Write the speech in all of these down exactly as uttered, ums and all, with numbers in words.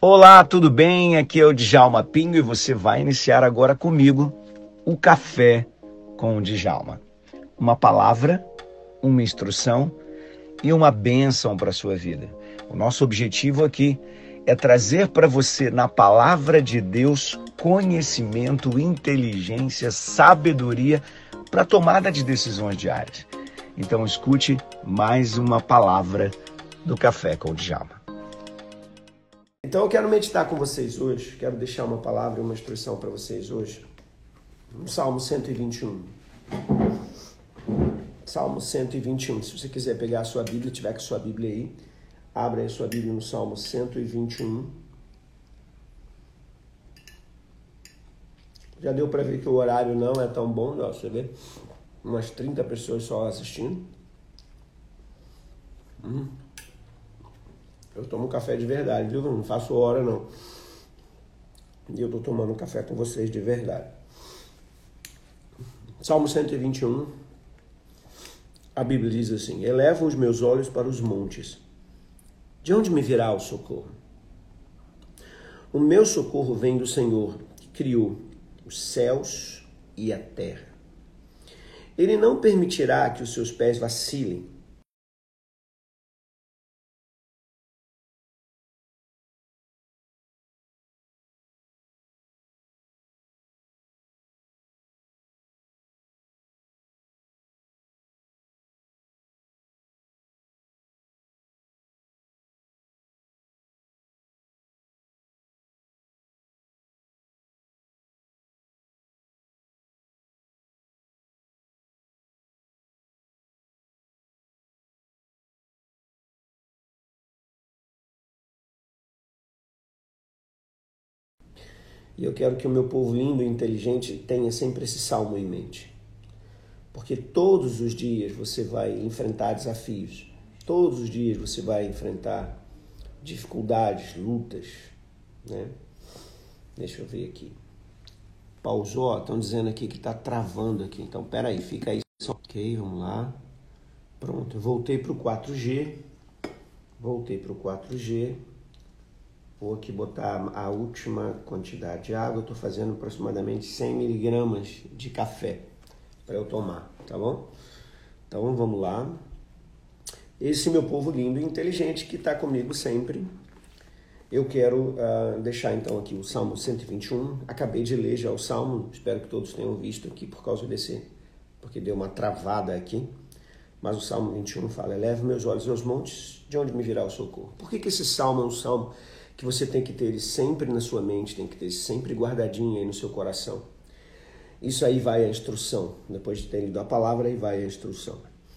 Olá, tudo bem? Aqui é o Djalma Pinho e você vai iniciar agora comigo o Café com o Djalma. Uma palavra, uma instrução e uma bênção para a sua vida. O nosso objetivo aqui é trazer para você, na palavra de Deus, conhecimento, inteligência, sabedoria para a tomada de decisões diárias. Então escute mais uma palavra do Café com o Djalma. Então eu quero meditar com vocês hoje, quero deixar uma palavra e uma instrução para vocês hoje. No Salmo cento e vinte e um. Salmo cento e vinte e um. Se você quiser pegar a sua Bíblia, tiver com a sua Bíblia aí, abra a sua Bíblia no Salmo cento e vinte e um. Já deu para ver que o horário não é tão bom, ó, você vê? Umas trinta pessoas só assistindo. Hum. Eu tomo café de verdade, viu? Não faço hora, não. E eu tô tomando café com vocês de verdade. Salmo cento e vinte e um. A Bíblia diz assim: Elevo os meus olhos para os montes. De onde me virá o socorro? O meu socorro vem do Senhor, que criou os céus e a terra. Ele não permitirá que os seus pés vacilem. E eu quero que o meu povo lindo e inteligente tenha sempre esse salmo em mente. Porque todos os dias você vai enfrentar desafios. Todos os dias você vai enfrentar dificuldades, lutas, né? Deixa eu ver aqui. Pausou, estão dizendo aqui que está travando aqui. Então, peraí, fica aí. Ok, vamos lá. Pronto, eu voltei para o quatro G. Voltei para o quatro G. Vou aqui botar a última quantidade de água. Eu estou fazendo aproximadamente cem miligramas de café para eu tomar, tá bom? Então vamos lá. Esse meu povo lindo e inteligente que está comigo sempre. Eu quero uh, deixar então aqui o Salmo cento e vinte e um. Acabei de ler já o Salmo. Espero que todos tenham visto aqui por causa desse... porque deu uma travada aqui. Mas o Salmo vinte e um fala: Eleve meus olhos aos montes, de onde me virá o socorro? Por que que esse Salmo é um Salmo que você tem que ter ele sempre na sua mente, tem que ter sempre guardadinho aí no seu coração? Isso aí vai a instrução. Depois de ter lido a palavra, aí vai a instrução.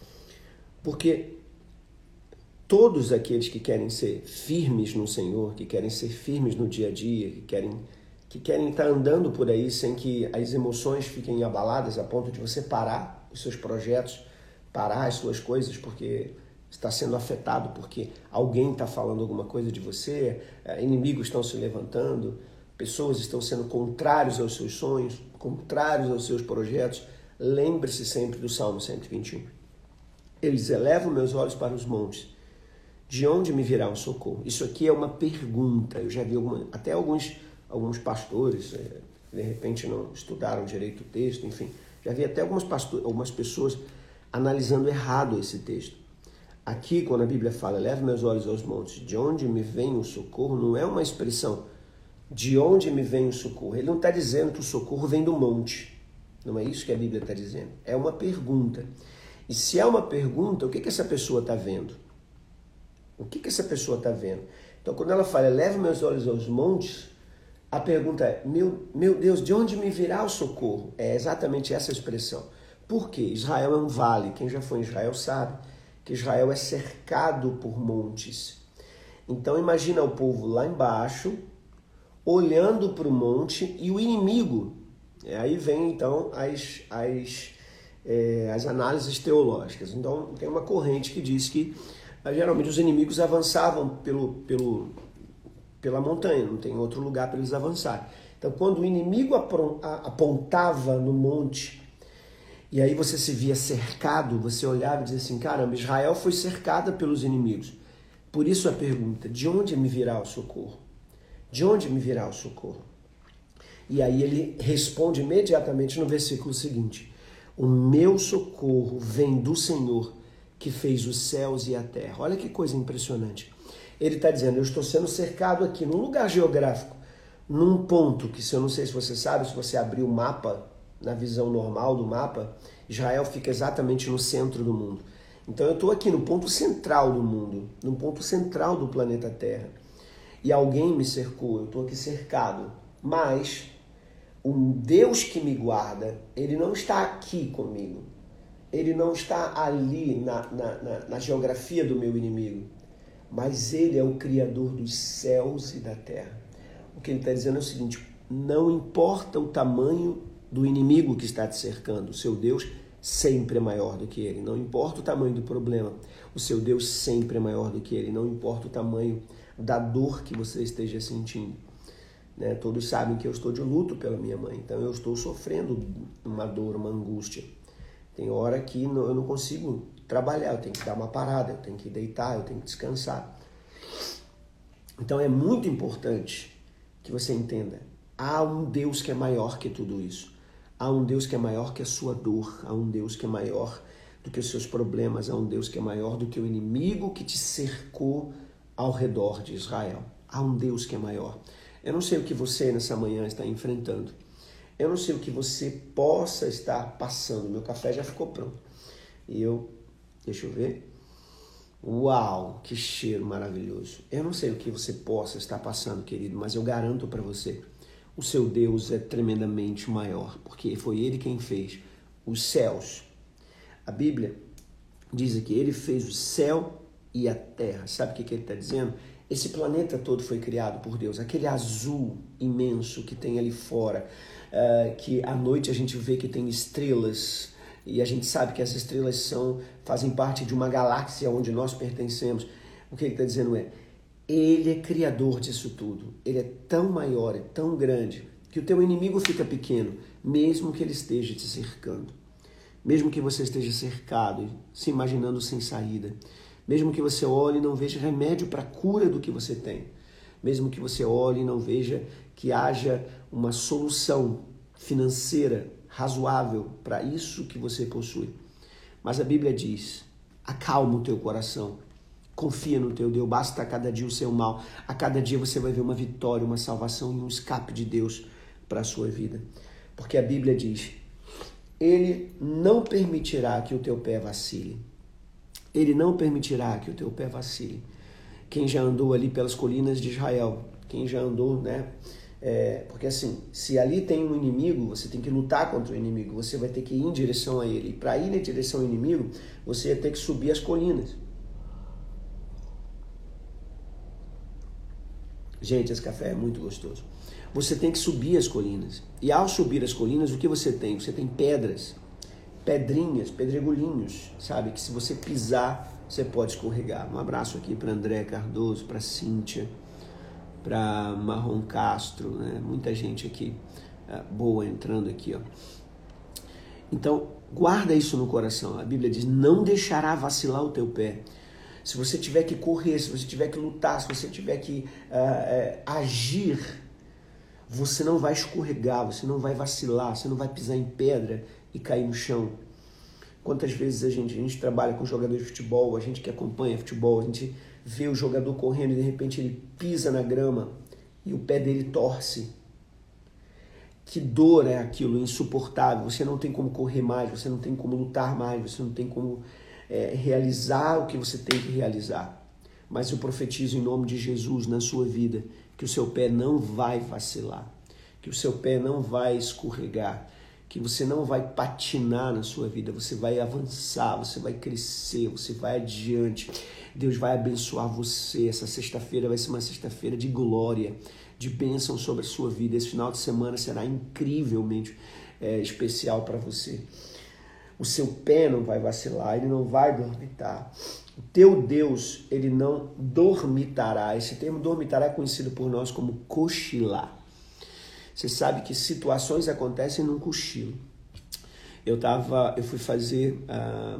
Porque todos aqueles que querem ser firmes no Senhor, que querem ser firmes no dia a dia, que querem, que querem estar andando por aí sem que as emoções fiquem abaladas a ponto de você parar os seus projetos, parar as suas coisas, porque está sendo afetado, porque alguém está falando alguma coisa de você, inimigos estão se levantando, pessoas estão sendo contrários aos seus sonhos, contrários aos seus projetos. Lembre-se sempre do Salmo cento e vinte e um. Eles elevam meus olhos para os montes. De onde me virá um socorro? Isso aqui é uma pergunta. Eu já vi alguma, até alguns, alguns pastores, de repente não estudaram direito o texto, enfim. Já vi até algumas, pastor, algumas pessoas analisando errado esse texto. Aqui, quando a Bíblia fala, leve meus olhos aos montes, de onde me vem o socorro, não é uma expressão, de onde me vem o socorro. Ele não está dizendo que o socorro vem do monte. Não é isso que a Bíblia está dizendo. É uma pergunta. E se é uma pergunta, o que, que essa pessoa está vendo? O que, que essa pessoa está vendo? Então, quando ela fala, leve meus olhos aos montes, a pergunta é, meu, meu Deus, de onde me virá o socorro? É exatamente essa expressão. Por quê? Israel é um vale. Quem já foi em Israel sabe que Israel é cercado por montes. Então imagina o povo lá embaixo, olhando para o monte e o inimigo. Aí vem então as, as, é, as análises teológicas. Então tem uma corrente que diz que geralmente os inimigos avançavam pelo, pelo, pela montanha, não tem outro lugar para eles avançarem. Então quando o inimigo apontava no monte, e aí você se via cercado, você olhava e dizia assim, caramba, Israel foi cercada pelos inimigos. Por isso a pergunta, de onde me virá o socorro? De onde me virá o socorro? E aí ele responde imediatamente no versículo seguinte: o meu socorro vem do Senhor que fez os céus e a terra. Olha que coisa impressionante. Ele está dizendo, eu estou sendo cercado aqui num lugar geográfico, num ponto que, se eu não sei se você sabe, se você abrir o mapa, na visão normal do mapa, Israel fica exatamente no centro do mundo. Então eu estou aqui no ponto central do mundo, no ponto central do planeta Terra. E alguém me cercou, eu estou aqui cercado. Mas o Deus que me guarda, ele não está aqui comigo. Ele não está ali na, na, na, na geografia do meu inimigo. Mas ele é o Criador dos céus e da terra. O que ele está dizendo é o seguinte, não importa o tamanho do inimigo que está te cercando, o seu Deus sempre é maior do que ele. Não importa o tamanho do problema, o seu Deus sempre é maior do que ele. Não importa o tamanho da dor que você esteja sentindo. Né? Todos sabem que eu estou de luto pela minha mãe, então eu estou sofrendo uma dor, uma angústia. Tem hora que eu não consigo trabalhar, eu tenho que dar uma parada, eu tenho que deitar, eu tenho que descansar. Então é muito importante que você entenda, há um Deus que é maior que tudo isso. Há um Deus que é maior que a sua dor, há um Deus que é maior do que os seus problemas, há um Deus que é maior do que o inimigo que te cercou ao redor de Israel. Há um Deus que é maior. Eu não sei o que você nessa manhã está enfrentando. Eu não sei o que você possa estar passando. Meu café já ficou pronto. E eu, deixa eu ver. Uau, que cheiro maravilhoso. Eu não sei o que você possa estar passando, querido, mas eu garanto para você, o seu Deus é tremendamente maior, porque foi Ele quem fez os céus. A Bíblia diz que Ele fez o céu e a terra. Sabe o que, que Ele está dizendo? Esse planeta todo foi criado por Deus, aquele azul imenso que tem ali fora, uh, que à noite a gente vê que tem estrelas, e a gente sabe que as estrelas são, fazem parte de uma galáxia onde nós pertencemos. O que ele está dizendo é, ele é criador disso tudo, ele é tão maior, é tão grande, que o teu inimigo fica pequeno, mesmo que ele esteja te cercando, mesmo que você esteja cercado, se imaginando sem saída, mesmo que você olhe e não veja remédio para a cura do que você tem, mesmo que você olhe e não veja que haja uma solução financeira razoável para isso que você possui. Mas a Bíblia diz, acalma o teu coração, confia no teu Deus, basta a cada dia o seu mal, a cada dia você vai ver uma vitória, uma salvação e um escape de Deus para a sua vida. Porque a Bíblia diz, Ele não permitirá que o teu pé vacile. Ele não permitirá que o teu pé vacile. Quem já andou ali pelas colinas de Israel, quem já andou, né? É, porque assim, se ali tem um inimigo, você tem que lutar contra o inimigo, você vai ter que ir em direção a ele. E para ir em direção ao inimigo, você ia ter que subir as colinas. Gente, esse café é muito gostoso. Você tem que subir as colinas. E ao subir as colinas, o que você tem? Você tem pedras, pedrinhas, pedregulhinhos, sabe? Que se você pisar, você pode escorregar. Um abraço aqui para André Cardoso, para Cíntia, para Marrom Castro, né? Muita gente aqui uh, boa entrando aqui, ó. Então, guarda isso no coração. A Bíblia diz, não deixará vacilar o teu pé. Se você tiver que correr, se você tiver que lutar, se você tiver que uh, uh, agir, você não vai escorregar, você não vai vacilar, você não vai pisar em pedra e cair no chão. Quantas vezes a gente, a gente trabalha com jogador de futebol, a gente que acompanha futebol, a gente vê o jogador correndo e de repente ele pisa na grama e o pé dele torce. Que dor é aquilo, insuportável. Você não tem como correr mais, você não tem como lutar mais, você não tem como é, realizar o que você tem que realizar. Mas eu profetizo em nome de Jesus na sua vida que o seu pé não vai vacilar, que o seu pé não vai escorregar, que você não vai patinar na sua vida, você vai avançar, você vai crescer, você vai adiante. Deus vai abençoar você. Essa sexta-feira vai ser uma sexta-feira de glória, de bênção sobre a sua vida. Esse final de semana será incrivelmente é, especial para você. O seu pé não vai vacilar, ele não vai dormitar. O teu Deus, ele não dormitará. Esse termo dormitará é conhecido por nós como cochilar. Você sabe que situações acontecem num cochilo. Eu, tava, eu fui fazer uh,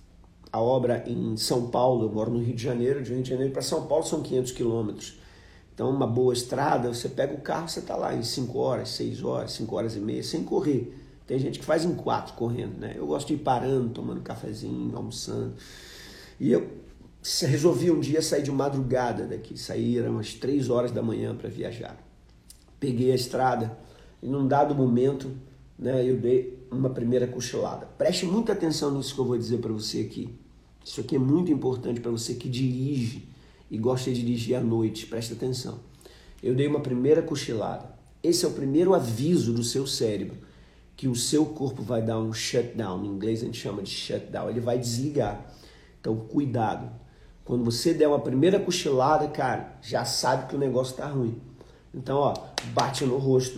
a obra em São Paulo, eu moro no Rio de Janeiro, de Rio de Janeiro para São Paulo são quinhentos quilômetros. Então, uma boa estrada, você pega o carro, você está lá em cinco horas, seis horas, cinco horas e meia, sem correr. Tem gente que faz em quatro correndo, né? Eu gosto de ir parando, tomando cafezinho, almoçando. E eu resolvi um dia sair de madrugada daqui, sair eram umas três horas da manhã para viajar. Peguei a estrada e num dado momento, né, eu dei uma primeira cochilada. Preste muita atenção nisso que eu vou dizer para você aqui. Isso aqui é muito importante para você que dirige e gosta de dirigir à noite. Preste atenção. Eu dei uma primeira cochilada. Esse é o primeiro aviso do seu cérebro que o seu corpo vai dar um shutdown. Em inglês a gente chama de shutdown. Ele vai desligar. Então, cuidado. Quando você der uma primeira cochilada, cara, já sabe que o negócio tá ruim. Então, ó, bate no rosto.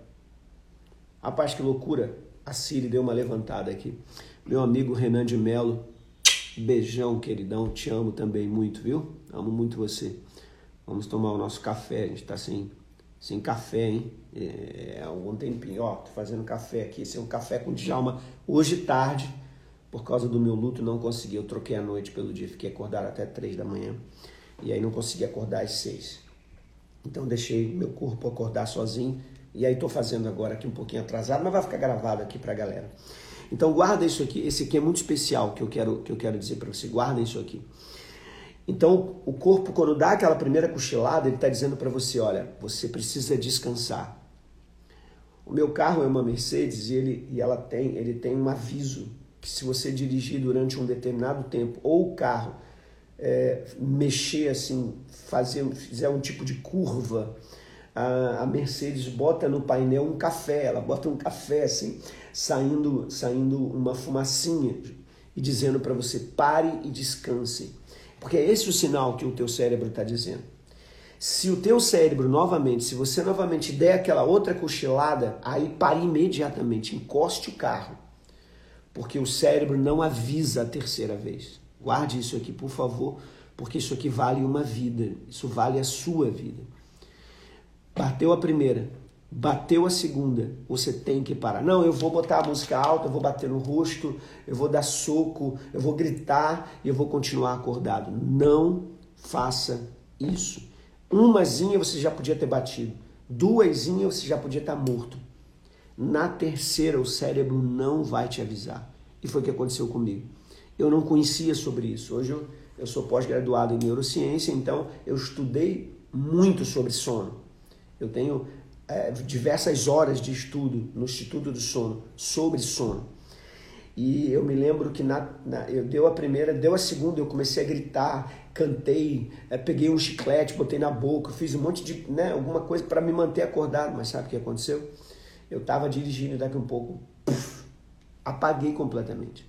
Rapaz, que loucura. A Siri deu uma levantada aqui. Meu amigo Renan de Mello, beijão, queridão. Te amo também muito, viu? Amo muito você. Vamos tomar o nosso café. A gente tá sem, sem café, hein? É, há algum tempinho. Ó, tô fazendo café aqui. Esse é um café com Djalma. Hoje tarde, por causa do meu luto, não consegui. Eu troquei a noite pelo dia. Fiquei acordado até três da manhã. E aí não consegui acordar às seis. Então deixei meu corpo acordar sozinho. E aí tô fazendo agora aqui um pouquinho atrasado, mas vai ficar gravado aqui pra galera. Então guarda isso aqui. Esse aqui é muito especial que eu quero, que eu quero dizer para você. Guarda isso aqui. Então o corpo, quando dá aquela primeira cochilada, ele está dizendo para você, olha, você precisa descansar. O meu carro é uma Mercedes e, ele, e ela tem, ele tem um aviso que se você dirigir durante um determinado tempo ou o carro é, mexer assim, fazer, fizer um tipo de curva, a, a Mercedes bota no painel um café, ela bota um café assim, saindo, saindo uma fumacinha e dizendo para você pare e descanse. Porque é esse o sinal que o teu cérebro está dizendo. Se o teu cérebro novamente, se você novamente der aquela outra cochilada, aí pare imediatamente, encoste o carro. Porque o cérebro não avisa a terceira vez. Guarde isso aqui, por favor, porque isso aqui vale uma vida. Isso vale a sua vida. Bateu a primeira, bateu a segunda, você tem que parar. Não, eu vou botar a música alta, eu vou bater no rosto, eu vou dar soco, eu vou gritar e eu vou continuar acordado. Não faça isso. Umazinha você já podia ter batido. Duasinha você já podia estar morto. Na terceira, o cérebro não vai te avisar. E foi o que aconteceu comigo. Eu não conhecia sobre isso. Hoje eu, eu sou pós-graduado em neurociência, então eu estudei muito sobre sono. Eu tenho é, diversas horas de estudo no Instituto do Sono sobre sono. E eu me lembro que na, na, eu deu a primeira, deu a segunda, eu comecei a gritar, cantei, é, peguei um chiclete, botei na boca, fiz um monte de, né, alguma coisa para me manter acordado. Mas sabe o que aconteceu? Eu estava dirigindo e daqui a um pouco, puff, apaguei completamente.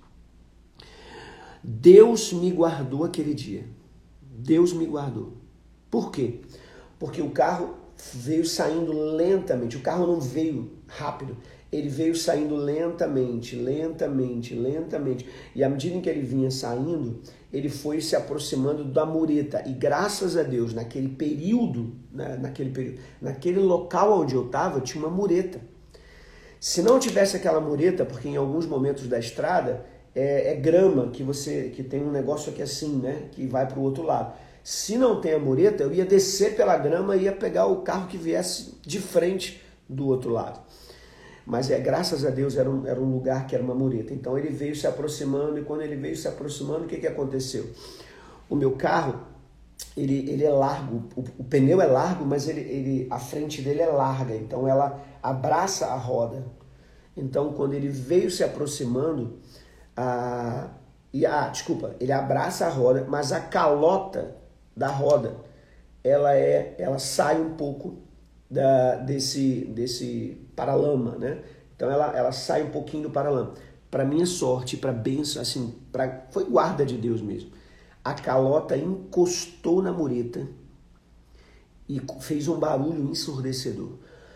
Deus me guardou aquele dia. Deus me guardou. Por quê? Porque o carro veio saindo lentamente. O carro não veio rápido. Ele veio saindo lentamente, lentamente, lentamente. E à medida em que ele vinha saindo, ele foi se aproximando da mureta. E graças a Deus, naquele período, né, naquele período, naquele local onde eu estava, tinha uma mureta. Se não tivesse aquela mureta, porque em alguns momentos da estrada é, é grama, que você que tem um negócio aqui assim, né, que vai para o outro lado. Se não tem a mureta, eu ia descer pela grama e ia pegar o carro que viesse de frente do outro lado. Mas é, graças a Deus era um, era um lugar que era uma mureta. Então ele veio se aproximando e quando ele veio se aproximando, o que, que aconteceu? O meu carro, ele, ele é largo, o, o pneu é largo, mas ele, ele, a frente dele é larga, então ela abraça a roda. Então quando ele veio se aproximando, a, e, ah, desculpa, ele abraça a roda, mas a calota da roda, ela, é, ela sai um pouco da, desse, desse paralama, né? Então ela, ela sai um pouquinho do paralama. Para minha sorte, para bênção, assim, pra, foi guarda de Deus mesmo. A calota encostou na mureta e fez um barulho ensurdecedor.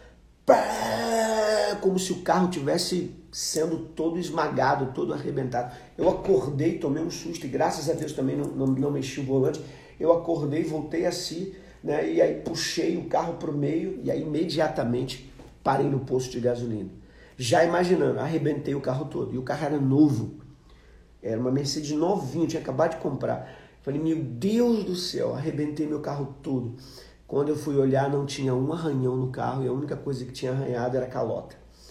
Como se o carro tivesse sendo todo esmagado, todo arrebentado. Eu acordei, tomei um susto e graças a Deus também não, não, não mexi o volante. Eu acordei, voltei assim, né, e aí puxei o carro para o meio e aí imediatamente parei no posto de gasolina. Já imaginando, arrebentei o carro todo. E o carro era novo. Era uma Mercedes novinha, tinha acabado de comprar. Falei, meu Deus do céu, arrebentei meu carro todo. Quando eu fui olhar, não tinha um arranhão no carro e a única coisa que tinha arranhado era a calota.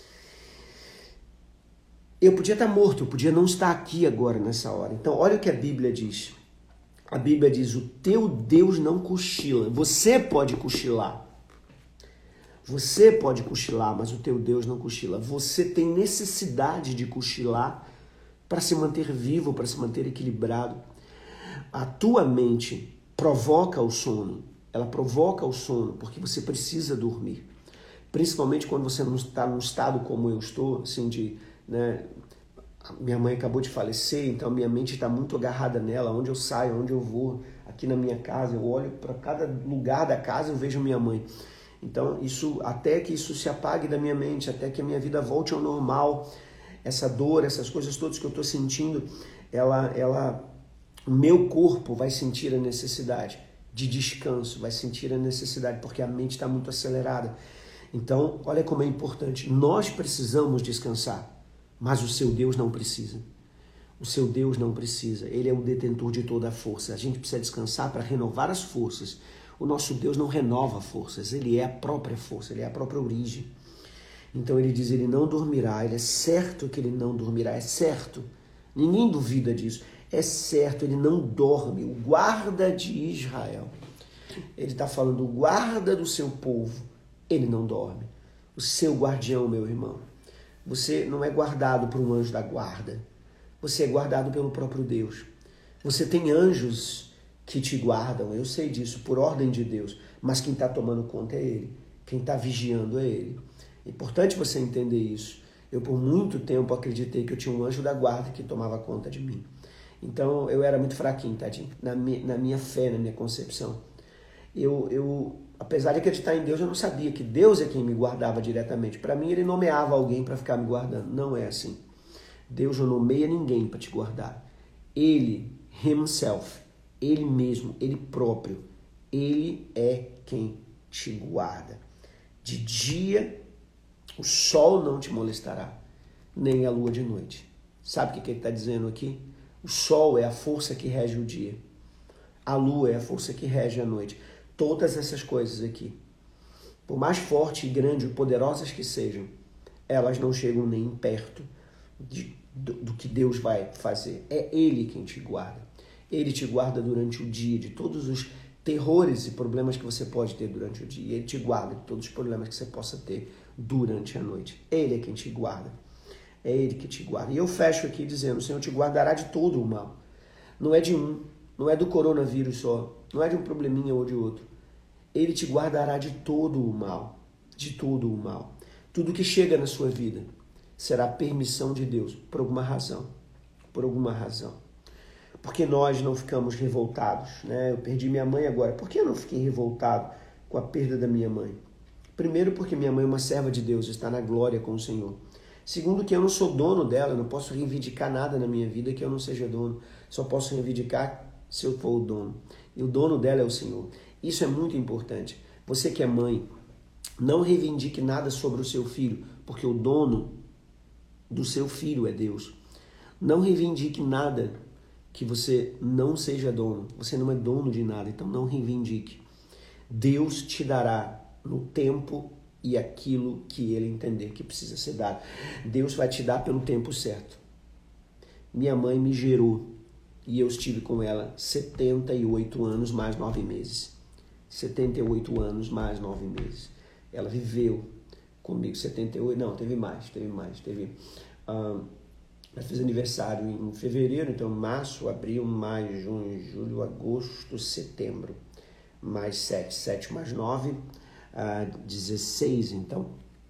Eu podia estar morto, eu podia não estar aqui agora nessa hora. Então, olha o que a Bíblia diz. A Bíblia diz, o teu Deus não cochila. Você pode cochilar. Você pode cochilar, mas o teu Deus não cochila. Você tem necessidade de cochilar para se manter vivo, para se manter equilibrado. A tua mente provoca o sono. Ela provoca o sono porque você precisa dormir. Principalmente quando você não está num estado como eu estou, assim, de... né? Minha mãe acabou de falecer, então a minha mente está muito agarrada nela. Onde eu saio, onde eu vou, aqui na minha casa, eu olho para cada lugar da casa, eu vejo minha mãe. Então, isso, até que isso se apague da minha mente, até que a minha vida volte ao normal, essa dor, essas coisas todas que eu estou sentindo, ela, ela, o meu corpo vai sentir a necessidade de descanso, vai sentir a necessidade, porque a mente está muito acelerada. Então, olha como é importante. Nós precisamos descansar, mas o seu Deus não precisa. O seu Deus não precisa. Ele é o detentor de toda a força. A gente precisa descansar para renovar as forças. O nosso Deus não renova forças. Ele é a própria força, ele é a própria origem. Então ele diz, ele não dormirá. Ele é certo que ele não dormirá. É certo. Ninguém duvida disso. É certo, ele não dorme. O guarda de Israel. Ele está falando, o guarda do seu povo. Ele não dorme. O seu guardião, meu irmão. Você não é guardado por um anjo da guarda. Você é guardado pelo próprio Deus. Você tem anjos que te guardam, eu sei disso, por ordem de Deus. Mas quem está tomando conta é Ele. Quem está vigiando é Ele. É importante você entender isso. Eu, por muito tempo, acreditei que eu tinha um anjo da guarda que tomava conta de mim. Então, eu era muito fraquinho, tadinho, na minha, na minha fé, na minha concepção. Eu... eu Apesar de acreditar em Deus, eu não sabia que Deus é quem me guardava diretamente. Para mim, ele nomeava alguém para ficar me guardando. Não é assim. Deus não nomeia ninguém para te guardar. Ele, himself, ele mesmo, ele próprio, ele é quem te guarda. De dia, o sol não te molestará, nem a lua de noite. Sabe o que ele está dizendo aqui? O sol é a força que rege o dia. A lua é a força que rege a noite. Todas essas coisas aqui, por mais forte e grande e poderosas que sejam, elas não chegam nem perto de, do, do que Deus vai fazer. É Ele quem te guarda. Ele te guarda durante o dia de todos os terrores e problemas que você pode ter durante o dia. Ele te guarda de todos os problemas que você possa ter durante a noite. Ele é quem te guarda. É Ele que te guarda. E eu fecho aqui dizendo, o Senhor te guardará de todo o mal. Não é de um, não é do coronavírus só. Não é de um probleminha ou de outro. Ele te guardará de todo o mal. De todo o mal. Tudo que chega na sua vida será permissão de Deus. Por alguma razão. Por alguma razão. Porque nós não ficamos revoltados, né? Eu perdi minha mãe agora. Por que eu não fiquei revoltado com a perda da minha mãe? Primeiro, porque minha mãe é uma serva de Deus. Está na glória com o Senhor. Segundo, que eu não sou dono dela. Eu não posso reivindicar nada na minha vida que eu não seja dono. Só posso reivindicar se eu for o dono. E o dono dela é o Senhor. Isso é muito importante. Você que é mãe, não reivindique nada sobre o seu filho, porque o dono do seu filho é Deus. Não reivindique nada que você não seja dono. Você não é dono de nada, então não reivindique. Deus te dará no tempo e aquilo que Ele entender que precisa ser dado. Deus vai te dar pelo tempo certo. Minha mãe me gerou. E eu estive com ela setenta e oito anos mais nove meses. setenta e oito anos mais nove meses. Ela viveu comigo setenta e oito, não, teve mais, teve mais. Teve, uh, ela fez aniversário em fevereiro, então março, abril, maio, junho, julho, agosto, setembro. Mais sete, sete mais nove, uh, dezesseis, então.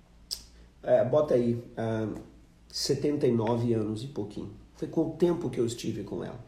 Uh, bota aí, uh, setenta e nove anos e pouquinho. Foi com o tempo que eu estive com ela.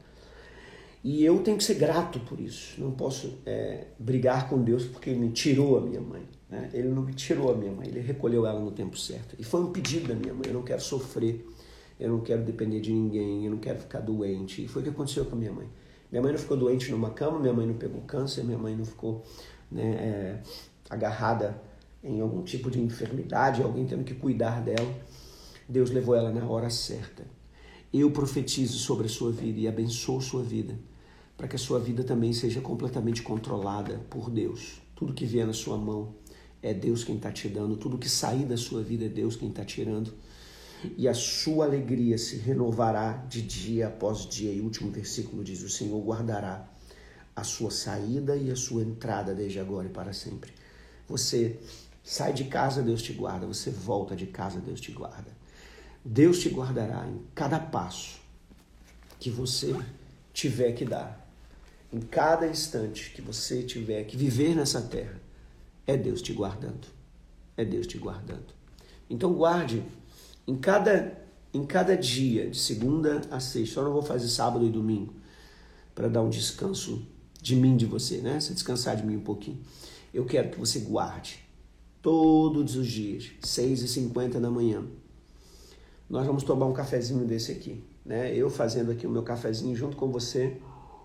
E eu tenho que ser grato por isso. Não posso é, brigar com Deus porque Ele me tirou a minha mãe. Né? Ele não me tirou a minha mãe, Ele recolheu ela no tempo certo. E foi um pedido da minha mãe. Eu não quero sofrer, eu não quero depender de ninguém, eu não quero ficar doente. E foi o que aconteceu com a minha mãe. Minha mãe não ficou doente numa cama, minha mãe não pegou câncer, minha mãe não ficou né, é, agarrada em algum tipo de enfermidade, alguém tendo que cuidar dela. Deus levou ela na hora certa. Eu profetizo sobre a sua vida e abençoo sua vida, para que a sua vida também seja completamente controlada por Deus. Tudo que vier na sua mão é Deus quem está te dando. Tudo que sair da sua vida é Deus quem está tirando. E a sua alegria se renovará de dia após dia. E o último versículo diz: o Senhor guardará a sua saída e a sua entrada desde agora e para sempre. Você sai de casa, Deus te guarda. Você volta de casa, Deus te guarda. Deus te guardará em cada passo que você tiver que dar. Em cada instante que você tiver que viver nessa terra, é Deus te guardando. É Deus te guardando. Então guarde em cada, em cada dia, de segunda a sexta. Só não vou fazer sábado e domingo para dar um descanso de mim, de você, né? Você descansar de mim um pouquinho. Eu quero que você guarde todos os dias, seis e cinquenta da manhã. Nós vamos tomar um cafezinho desse aqui, né? Eu fazendo aqui o meu cafezinho junto com você.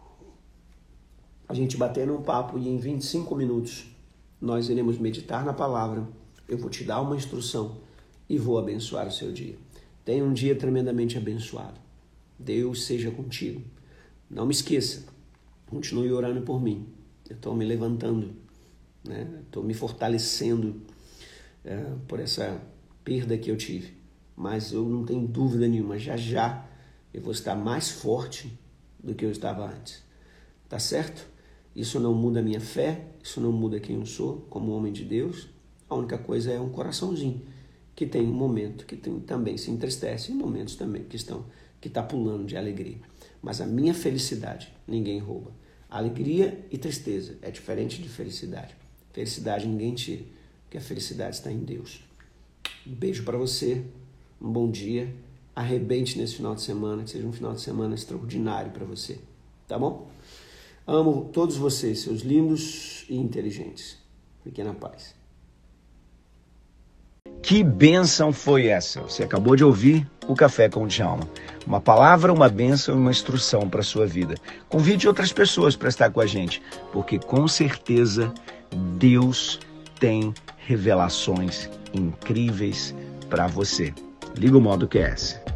A gente batendo um papo e em vinte e cinco minutos nós iremos meditar na palavra. Eu vou te dar uma instrução e vou abençoar o seu dia. Tenha um dia tremendamente abençoado. Deus seja contigo. Não me esqueça, continue orando por mim. Eu estou me levantando, né? Estou me fortalecendo é, por essa perda que eu tive. Mas eu não tenho dúvida nenhuma, já já eu vou estar mais forte do que eu estava antes. Tá certo? Isso não muda a minha fé, isso não muda quem eu sou como homem de Deus. A única coisa é um coraçãozinho que tem um momento que tem, também se entristece e momentos também que estão que está pulando de alegria. Mas a minha felicidade ninguém rouba. Alegria e tristeza é diferente de felicidade. Felicidade ninguém tira, porque a felicidade está em Deus. Um beijo para você, um bom dia. Arrebente nesse final de semana, que seja um final de semana extraordinário para você. Tá bom? Amo todos vocês, seus lindos e inteligentes. Fiquem na paz. Que bênção foi essa? Você acabou de ouvir o Café com o Djalma. Uma palavra, uma bênção e uma instrução para a sua vida. Convide outras pessoas para estar com a gente, porque com certeza Deus tem revelações incríveis para você. Liga o modo Q S.